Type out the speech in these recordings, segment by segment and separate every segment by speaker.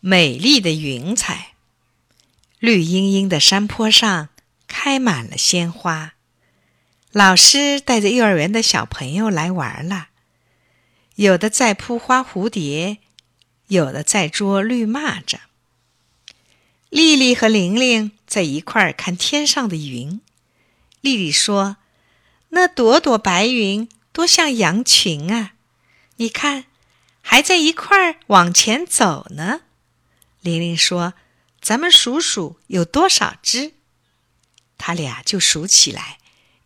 Speaker 1: 美丽的云彩。绿茵茵的山坡上开满了鲜花。老师带着幼儿园的小朋友来玩了，有的在扑花蝴蝶，有的在捉绿蚂蚱。丽丽和玲玲在一块儿看天上的云。丽丽说，那朵朵白云多像羊群啊，你看，还在一块儿往前走呢。玲玲说，咱们数数有多少只。他俩就数起来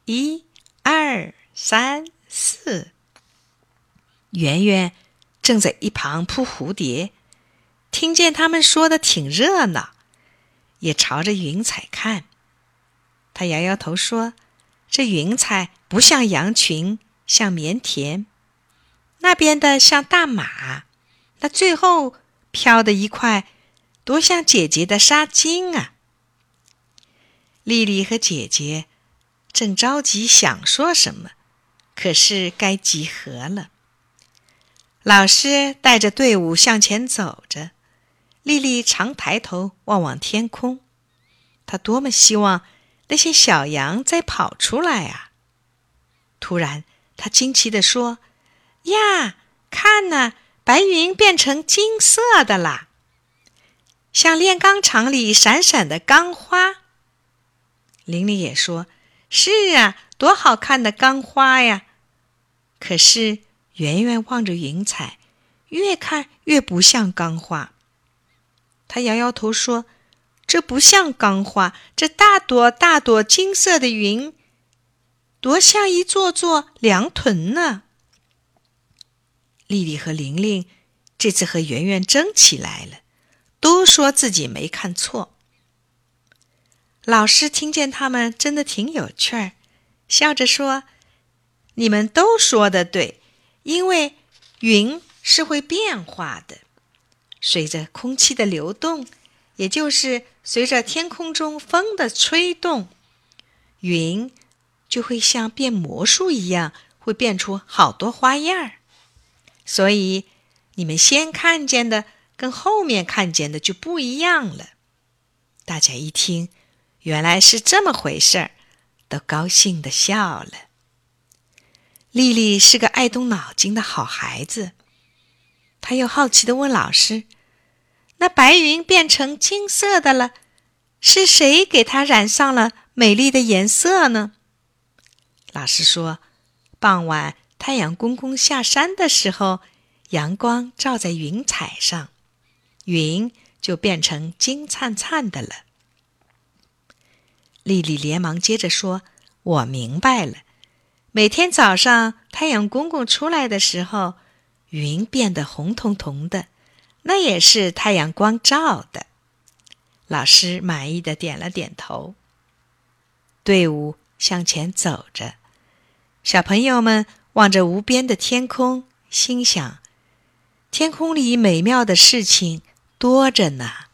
Speaker 1: ，1、2、3、4。圆圆正在一旁扑蝴蝶，听见他们说的挺热闹，也朝着云彩看。他摇摇头说，这云彩不像羊群，像棉田，那边的像大马，那最后飘的一块多像姐姐的纱巾啊。丽丽和姐姐正着急想说什么，可是该集合了。老师带着队伍向前走着，丽丽常抬头望望天空，她多么希望那些小羊再跑出来啊！突然，她惊奇地说，呀，看呐，白云变成金色的啦，像炼钢厂里闪闪的钢花。玲玲也说，是啊，多好看的钢花呀！可是圆圆望着云彩，越看越不像钢花。她摇摇头说，这不像钢花，这大朵大朵金色的云，多像一座座凉屯呢。丽丽和玲玲这次和圆圆争起来了，都说自己没看错。老师听见他们真的挺有趣儿，笑着说，你们都说得对，因为云是会变化的，随着空气的流动，也就是随着天空中风的吹动，云就会像变魔术一样，会变出好多花样。所以你们先看见的跟后面看见的就不一样了。大家一听，原来是这么回事儿，都高兴地笑了。丽丽是个爱动脑筋的好孩子，她又好奇地问老师，那白云变成金色的了，是谁给它染上了美丽的颜色呢？老师说，傍晚太阳公公下山的时候，阳光照在云彩上，云就变成金灿灿的了。丽丽连忙接着说，我明白了，每天早上太阳公公出来的时候，云变得红彤彤的，那也是太阳光照的。老师满意地点了点头。队伍向前走着，小朋友们望着无边的天空，心想，天空里美妙的事情多着呢。